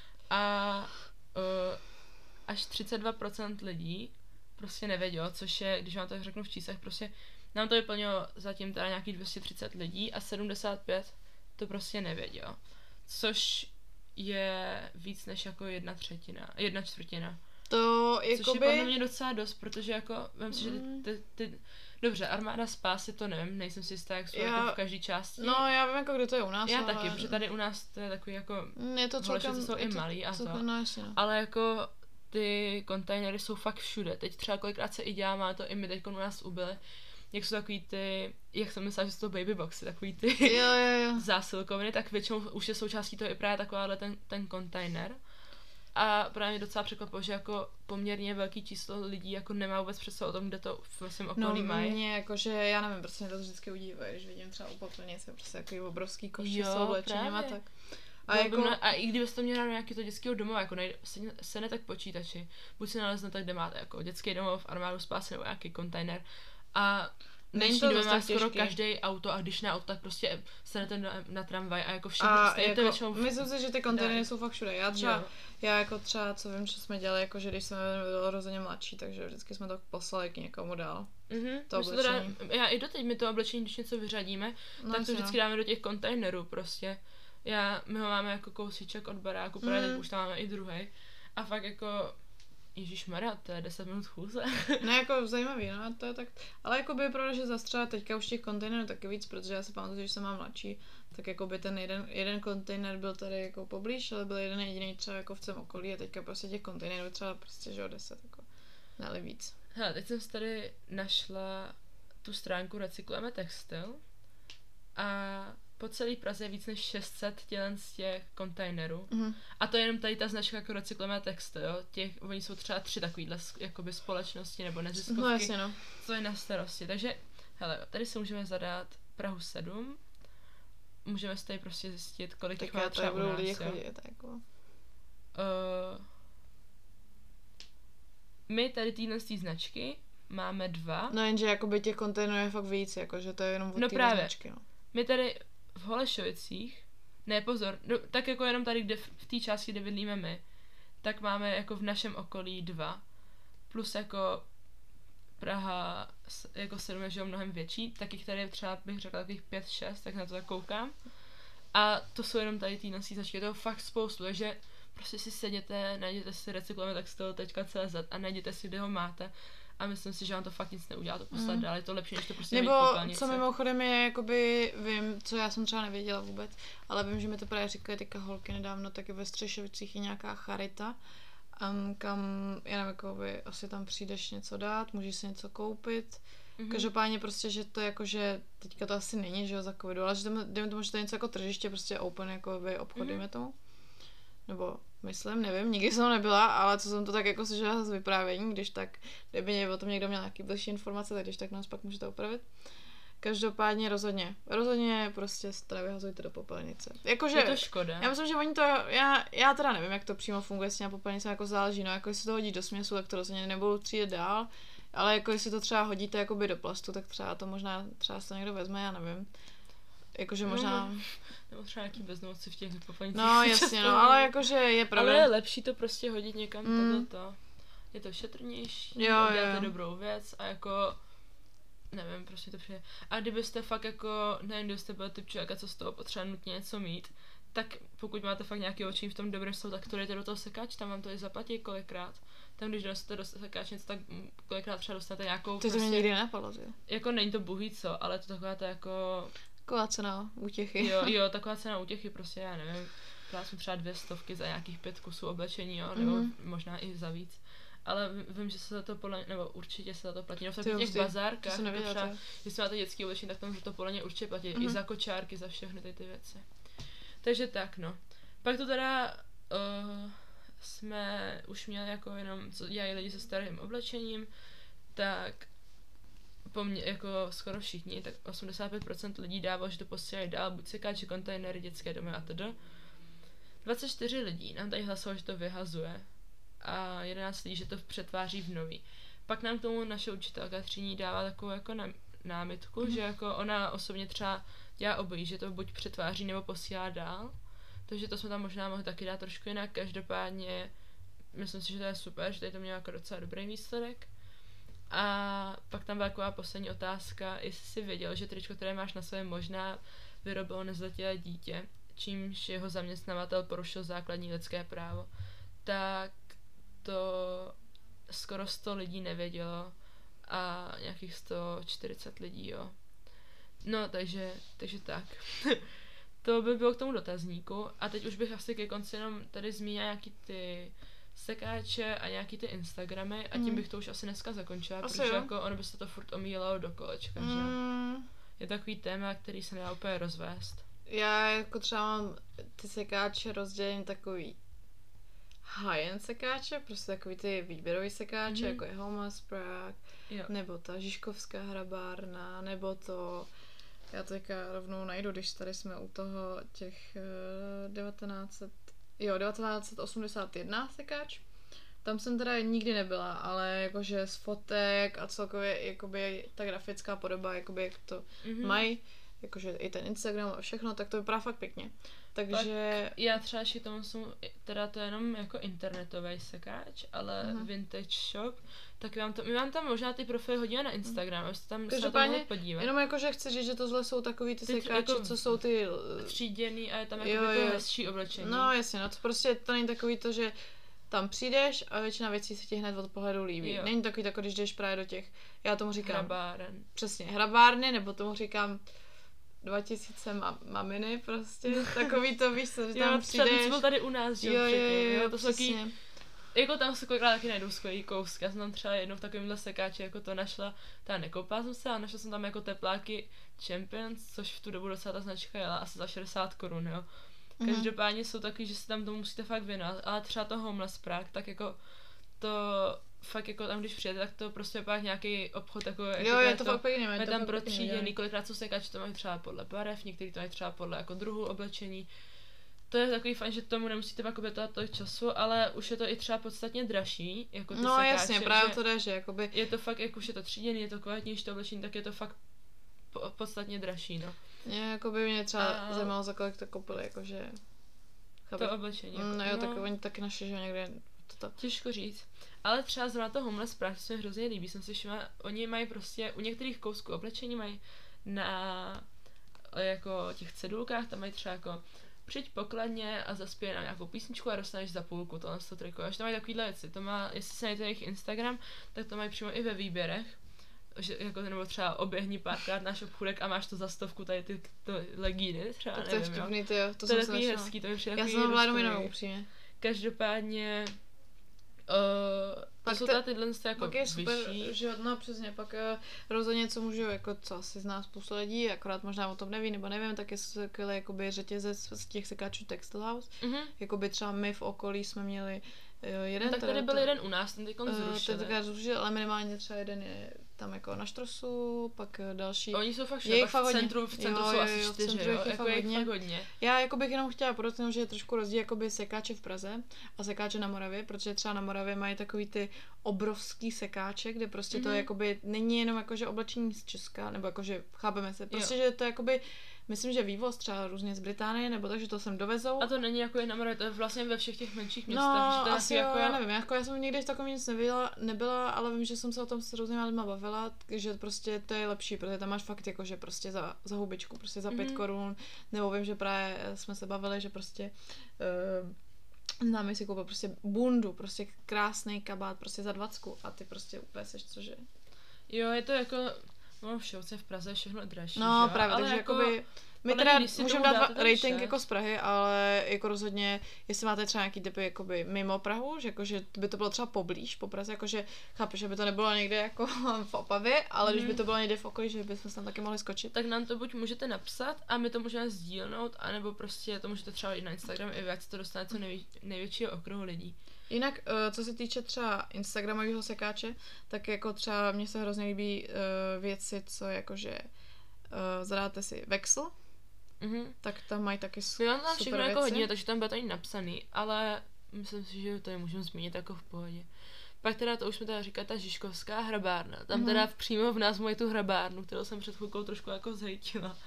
A uh, až třicet dva procent lidí prostě nevědělo, což je, když vám to řeknu v číslech, prostě nám to vyplnilo zatím teda nějakých dvě stě třicet lidí a sedmdesát pět to prostě nevědělo. Což je víc než jako jedna třetina, jedna čtvrtina. To jakoby... jakoby... Což je podle mě docela dost, protože jako, vem si, že ty, ty, ty, dobře, armáda spásy to nevím, nejsem si jistá, jak jsou já... jako v každé části. No, já vím, jako kde to je u nás. Já ale... taky, protože tady u nás to je takový jako, je to celkem, jsou je i to malý a celkem, to, no, jasně, no. ale jako ty kontejnery jsou fakt všude, teď třeba kolikrát se i dělá, má to i my teď u nás ubyli, jak jsou takový ty, jak jsem myslela, že jsou to baby boxy, takový ty jo, jo, jo. zásilkoviny, tak většinou už je součástí toho i právě takováhle ten, ten kontejner. A právě mě docela překvapilo, že jako poměrně velký číslo lidí jako nemá vůbec představu o tom, kde to v svém okolí no, mají. mě jakože, já nevím, prostě mě to vždycky udívá, když vidím třeba u Popelnice, prostě takový obrovský koš jo, s oblečením a tak. A, jako... mne, a i kdybyste to měli na nějaký to dětského domova, jako najde, se, se ne tak počítači, buď si naleznete, kde máte jako dětský domov, armádu spásy nebo nějaký kontejner a není to má skoro každý auto a když ne auto, tak prostě sednete na, na tramvaj a jako všechno a stejně jako, většinou... myslím si, že ty kontejnery jsou fakt všude. Já třeba, jo. já jako třeba, co vím, že jsme dělali, jako že když jsme byli rozhodně mladší, takže vždycky jsme to poslali k někomu dál. Mm-hmm. To oblečení. Dá, já i doteď my to oblečení, když něco vyřadíme, no, tak to vždycky no. dáme do těch kontejnerů prostě. Já, my ho máme jako kousíček od baráku, právě mm. teď už tam máme i druhej. A fakt jako, ježišmarja, to je deset minut chůze. Ne, jako zajímavý, no, to je tak, ale jako by je pravda, že zastřela teďka už těch kontejnerů taky víc, protože já si pamatuju, že jsem mám mladší, tak jako by ten jeden, jeden kontejner byl tady jako poblíž, ale byl jeden jediný třeba jako v celém okolí a teďka prostě těch kontejnerů třeba prostě, že o deset, jako, ne víc. Hele, teď jsem si tady našla tu stránku Recyklujeme textil a po celé Praze je víc než šest set tělen z těch kontejnerů. Mm-hmm. A to je jenom tady ta značka jako Recyklujeme textil, jo. Těch, oni jsou třeba tři takovýhle jakoby společnosti nebo neziskovky, no, jasně, no. co je na starosti. Takže, hele, tady si můžeme zadat Prahu sedm, můžeme si tady prostě zjistit, kolik tak těch má třeba u nás, lidi jo. chodit, jako. Uh, my tady týhle z té značky máme dva. No jenže jakoby těch kontejnerů je fakt víc, jako, že to je jenom od no té značky, no. My tady v Holešovicích, ne pozor, no, tak jako jenom tady, kde v té části, kde bydlíme my, tak máme jako v našem okolí dva, plus jako Praha jako sedm je, že jo, mnohem větší, tak jich tady třeba bych řekla takových pět, šest, tak na to tak koukám. A to jsou jenom tady ty nosí značky, to je fakt spoustu, takže prostě si sedněte, najděte si recyklujeme textil tečka cé zet a najděte si, kde ho máte. A myslím si, že vám to fakt nic neudělá, to poslat mm. dál, je to lepší, než to prostě nebo co mimochodem je, jakoby, vím, co já jsem třeba nevěděla vůbec, ale vím, že mi to právě říkali teďka holky nedávno, taky ve Střešovicích je nějaká charita, um, kam, já nevím, jakoby, asi tam přijdeš něco dát, můžeš si něco koupit, mm-hmm. každopádně prostě, že to jako, že teďka to asi není, že jo, za covidu, ale že dejme tomu, že to je něco jako tržiště, prostě open, jakoby obchod, mm-hmm. dejme tomu. Nebo myslím, nevím, nikdy jsem nebyla, ale co jsem to tak jako slyšela z vyprávění, když tak, kdyby o tom někdo měl nějaký blížší informace, tak když tak nás pak můžete opravit. Každopádně rozhodně, rozhodně prostě stravy hazujte do popelnice. Jakože, je to škoda. Já myslím, že oni to, já, já teda nevím, jak to přímo funguje s těma popelnicemi, jako záleží, no jako jestli to hodí do směsu, tak to rozhodně nebudou třídet dál, ale jako jestli to třeba hodíte jakoby do plastu, tak třeba to možná, třeba se to někdo vezme, já nevím. Jakože možná... No, nebo třeba nějaký bezdomovci v těch popelnicích. No jasně, no, ale jakože je pravda. Ale je lepší to prostě hodit někam mm. to. Je to šetrnější, jo, děláte jo. dobrou věc a jako nevím, prostě to přijde. A kdybyste fakt jako, nevím, kdybyste byl typ člověka, co z toho potřeba nutně něco mít, tak pokud máte fakt nějaký očí v tom dobrém stavu, tak to jdete do toho sekáč, tam vám to i zaplatí kolikrát. Tam když dostanete do sekáč něco, tak kolikrát třeba dostanete nějakou... To prostě, mě nikdy nenapadlo, jo. Jako není to bohý co, ale to taková to jako... Taková cena útěchy. Jo, jo, taková cena útěchy, prostě já nevím. Plátím třeba dvě stovky za nějakých pět kusů oblečení, jo, nebo mm-hmm. možná i za víc. Ale vím, že se za to podle, nebo určitě se za to platí. No v těch bazárkách, jako třeba, když máte dětský oblečení, tak tam za to podle mě určitě platí. Mm-hmm. I za kočárky, za všechny ty, ty věci. Takže tak, no. Pak to teda uh, jsme už měli jako jenom, co dělají lidi se starým oblečením, tak po mně, jako skoro všichni, tak osmdesát pět procent lidí dávalo, že to posílají dál, buď sekáče, kontejnery, dětské domy a td. dvacet čtyři lidí nám tady hlasovalo, že to vyhazuje a jedenáct lidí, že to přetváří v nový. Pak nám k tomu naše učitelka třídní dává takovou jako námitku, mm-hmm. že jako ona osobně třeba dělá obojí, že to buď přetváří nebo posílá dál. Takže to jsme tam možná mohli taky dát trošku jinak. Každopádně myslím si, že to je super, že tady to mělo jako docela dobrý výsledek. A pak tam byla taková poslední otázka, jestli jsi věděl, že tričko, které máš na sobě, možná vyrobilo nezletilé dítě. čímž jeho zaměstnavatel porušil základní lidské právo. Tak to skoro sto lidí nevědělo a nějakých sto čtyřicet lidí, jo. No, takže, takže tak. To by bylo k tomu dotazníku a teď už bych asi ke konci jenom tady zmínila nějaký ty sekáče a nějaký ty Instagramy a tím Mm. bych to už asi dneska zakončila, Asi protože jo. jako ono by se to furt omílalo do kolečka, že jo. Mm, Je takový téma, který se nedá úplně rozvést. já jako třeba mám ty sekáče rozdělený takový high-end sekáče, prostě takový ty výběrový sekáče, Mhm. jako je Homeless Prague, Jo. nebo ta Žižkovská hrabárna, nebo to, já to teďka rovnou najdu, když tady jsme u toho těch uh, devatenáct set, jo, devatenáct set osmdesát jedna sekáč. Tam jsem teda nikdy nebyla, ale jakože z fotek a celkově jakoby ta grafická podoba, jakoby jak to Mhm. mají, jakože i ten Instagram a všechno, tak to vypadá fakt pěkně. Takže Já třeba ještě k tomu jsem, teda to je jenom jako internetový sekáč, ale Mhm. vintage shop, tak vám to, my vám tam možná ty profily hodíme na Instagram, abyste tam se na to každopádně mohli podívat. jenom jakože chci říct, že tohle jsou takový ty Ty- sekáče, jako co jsou ty... Tříděný a je tam Jo, jako to jo. hezčí oblečení. No jasně, no to prostě to není takový to, že tam přijdeš a většina věcí se ti hned od pohledu líbí. Jo. Není takový tako, když jdeš právě do těch, já tomu říkám, Hrabáren. přesně, hrabárny, nebo tomu říkám dva tisíce ma- maminy prostě, takový to víš co, že Jo, tam třeba přijdeš. co byl tady u nás, že Jo, jo, předtím, jo, jo, to jsou taky, přesně. jako tam se kolikrát taky najdou skvělý kousky. Já jsem tam třeba jednou v takovémhle sekáči jako to našla, ta nekoupala jsem se, ale našla jsem tam jako tepláky Champions, což v tu dobu docela ta značka jela asi za šedesát korun, jo. Mhm. Každopádně jsou taky, že si tam to musíte fakt věnovat, ale třeba to Homeless Prague, tak jako to fakt jako tam, když přijete, tak to prostě pak nějaký obchod jako, jako Jo, je to, to fakt pěkně, mají je to tam fakt pěkně protříděný, udělaný. kolikrát jsou sekáči, to mají třeba podle barev, některý to mají třeba podle jako druhu oblečení. To je takový fajn, že tomu nemusíte pak obětovat tolik času, ale už je to i třeba podstatně dražší, jako ty No sekáče, jasně, právě že to jde, že jakoby, je to fakt, jak už je to tříděný, je to kvalitnější to oblečení, tak je to fakt po, podstatně dražší, no. mě, jakoby mě třeba A- zajímalo, za kolik to koupili, jakože, To chápeš? oblečení. Mm, no jako- jo, tak oni taky naše, že někde, to, to. Těžko říct. Ale třeba zrovna to Homeless Prague se mi hrozně líbí. Jsem si všimla, oni mají prostě, u některých kousků oblečení mají na jako těch cedulkách, tam mají třeba jako přijď pokladně a zaspěj nám nějakou písničku a dostaneš za půlku tohle to triko. Až tam mají takovýhle věci. To má, jestli se najde jejich Instagram, tak to mají přímo i ve výběrech. Že, jako, nebo třeba oběhni párkrát náš obchůdek a máš to za stovku tady ty to legíny třeba, Tak to je nevím, jo. vtipný, ty jo, to, To, jsem je se takový našla. hezký, to mi přijde Já takový jsem tam byla jenom rostový. jinou, upřímně. Každopádně uh, to Pak jsou te- teda tyhle jako Pak je super, vyšší. že no přesně, pak uh, rozhodně, co můžu, jako co asi zná spousta lidí, akorát možná o tom neví, nebo nevím, tak je skvělý jakoby řetězec z těch sekáčů Textile House. Mhm. Jakoby třeba my v okolí jsme měli uh, jeden, Tak tady byl jeden u nás, ten teď uh, zrušili. ten zrušil, ale minimálně třeba jeden je tam jako na Štrosu, pak uh, další. Oni jsou fakt Je všude, jich pak fakt v hodně. centru, v centru Jo, jsou jo, asi jo, v čtyři, centru jo, jich je jako fakt je jich hodně. fakt hodně. Já jako bych jenom chtěla podotknout, že je trošku rozdíl jakoby sekáče v Praze a sekáče na Moravě, protože třeba na Moravě mají takový ty obrovský sekáče, kde prostě mm-hmm. to Mhm. jakoby není jenom jakože oblečení z Česka, nebo jakože chápeme se, prostě, že to je jakoby, myslím, že vývoz třeba různě z Británie, nebo takže to sem dovezou. A to není jako jen na Moravě, to je vlastně ve všech těch menších městech. No, že to je asi jo, jako, já nevím, jako já jsem nikdy v takovém nic nebyla, nebyla, ale vím, že jsem se o tom s různýma lidma bavila, že prostě to je lepší, protože tam máš fakt jako, že prostě za, za hubičku, prostě za pět Mhm. korun, nebo vím, že právě jsme se bavili, že prostě uh, známý si koupil prostě bundu, prostě krásný kabát, prostě za dvacku a ty prostě úplně seš, cože. Jo, je to jako, no všeobecně v Praze je všechno dražší, No že? právě, ale takže jako, jakoby, my podle teda mě, když si můžeme tomu dát dáte dva ten rating šest. jako z Prahy, ale jako rozhodně, jestli máte třeba nějaký typy jakoby mimo Prahu, že jakože by to bylo třeba poblíž po Praze, jakože chápeš, že by to nebylo někde jako v Opavě, ale mm. když by to bylo někde v okolí, že bychom se tam taky mohli skočit. tak nám to buď můžete napsat a my to můžeme sdílnout, anebo prostě to můžete třeba i na Instagram, i ať se to dostane co nejvě- největšího okruhu lidí. Jinak, eh, co se týče třeba Instagramového sekáče, tak jako třeba mně se hrozně líbí eh, věci, co jakože eh, zadáte si Vexel, Mhm. tak tam mají taky s- My mám tam super všechno věci. jako hodně, takže tam bude to i napsaný, ale myslím si, že to je můžeme zmínit jako v pohodě. Pak teda, to už jsme teda říkali, ta Žižkovská hrabárna. Tam Mhm. teda v, přímo v názvu je tu hrabárnu, kterou jsem před chvilkou trošku jako zhejtila.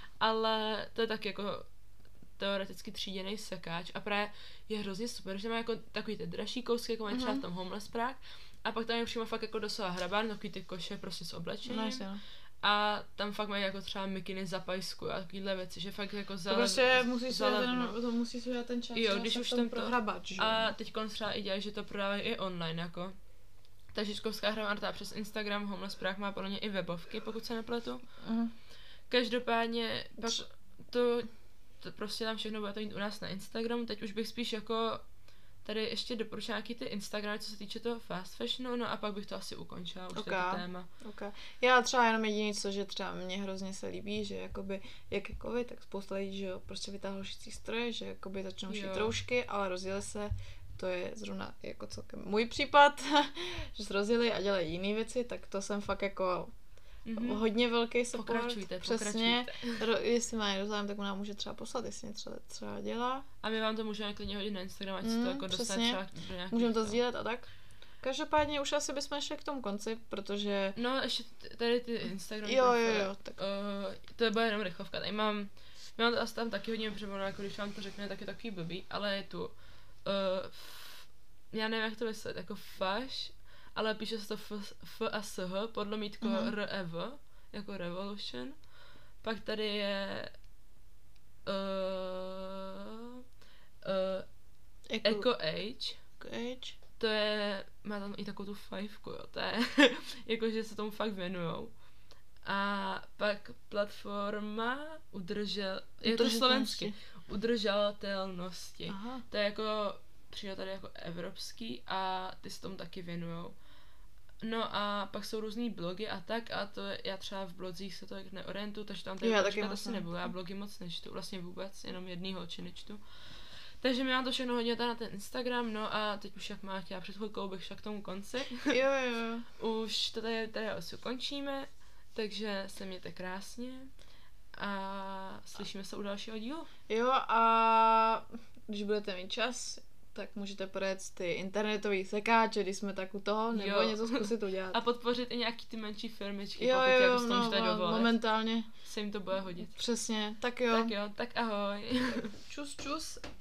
Ale to je tak jako teoreticky tříděný sekáč a právě je hrozně super, že má jako takový ty dražší kousky, jako mají třeba v Mhm. tom Homeless Prague. A pak tam je přímo fakt jako doslova hrabárna, takový ty koše prostě s oblečením. No, jasně, no. A tam fakt mají jako třeba mikiny za pajsku a takovýhle věci, že fakt jako za To prostě musíš si udělat ten, to musíš si udělat ten čas. Jo, když už tam to prohrabat, že? A teď třeba i dělají, že to prodávají i online, jako. Ta Žižkovská hromadná přes Instagram, Homeless Prague má podle mě i webovky, pokud se nepletu. Uh-huh. Každopádně pak to, to prostě tam všechno bude to mít u nás na Instagramu, teď už bych spíš jako tady ještě doporučila nějaký ty Instagramy, co se týče toho fast fashionu, no a pak bych to asi ukončila, už okay. to téma. Okay. Já třeba jenom jediný co, že třeba mě hrozně se líbí, že jakoby, jak je covid, tak spousta lidí, že jo, prostě vytáhlo šicí stroje, že jakoby začnou šít roušky, ale rozjeli se, to je zrovna jako celkem můj případ, že se rozjeli a dělají jiné věci, tak to jsem fakt jako mm-hmm. hodně velký support. Pokračujte, přesně. Ro, jestli má někdo zájem, tak mu nám může třeba poslat, jestli něco třeba dělá. A my vám to můžeme klidně hodit na Instagram, ať mm, se to jako dostane třeba do nějakých... Můžeme to sdílet a tak. Každopádně už asi bychom šli k tomu konci, protože... No, ještě tady ty Instagram jo, jo, jo, tak... Uh, to bude jenom rychlovka. Tady mám... Mám to asi tam taky hodně převono, jako když vám to řekne, tak je takový blbý, ale je tu... Uh, f, já nevím, jak to vysvětlit, jako faš, ale píše se to F, F a S H, podlomítko mm-hmm. R E V, jako Revolution. Pak tady je uh, uh, Eco, Eco Age. Eco Age. To je, má tam i takovou tu fajfku, jo, to je, jakože se tomu fakt věnujou. A pak platforma udržel, je to slovensky, udržatelnosti. Aha. To je jako, přijde tady jako evropský a ty se tomu taky věnujou. No a pak jsou různý blogy a tak a to já třeba v blozích se to jak neorientuju, takže tam tady počkat asi nebudu, já blogy moc nečtu, vlastně vůbec, jenom jedný holči nečtu. Takže mi mám to všechno hodně na ten Instagram, no a teď už jak máte, já před chvilkou bych šla k tomu konci. Jo, jo. Už to tady, tady asi ukončíme, takže se mějte krásně a slyšíme se u dalšího dílu. Jo a když budete mít čas, tak můžete projet ty internetový sekáče, když jsme tak u toho, nebo jo. něco zkusit udělat. A podpořit i nějaký ty menší firmičky, jo, pokud jo, jako no, můžete dovolit. Momentálně se jim to bude hodit. Přesně, tak jo. Tak jo, tak ahoj. Čus, čus.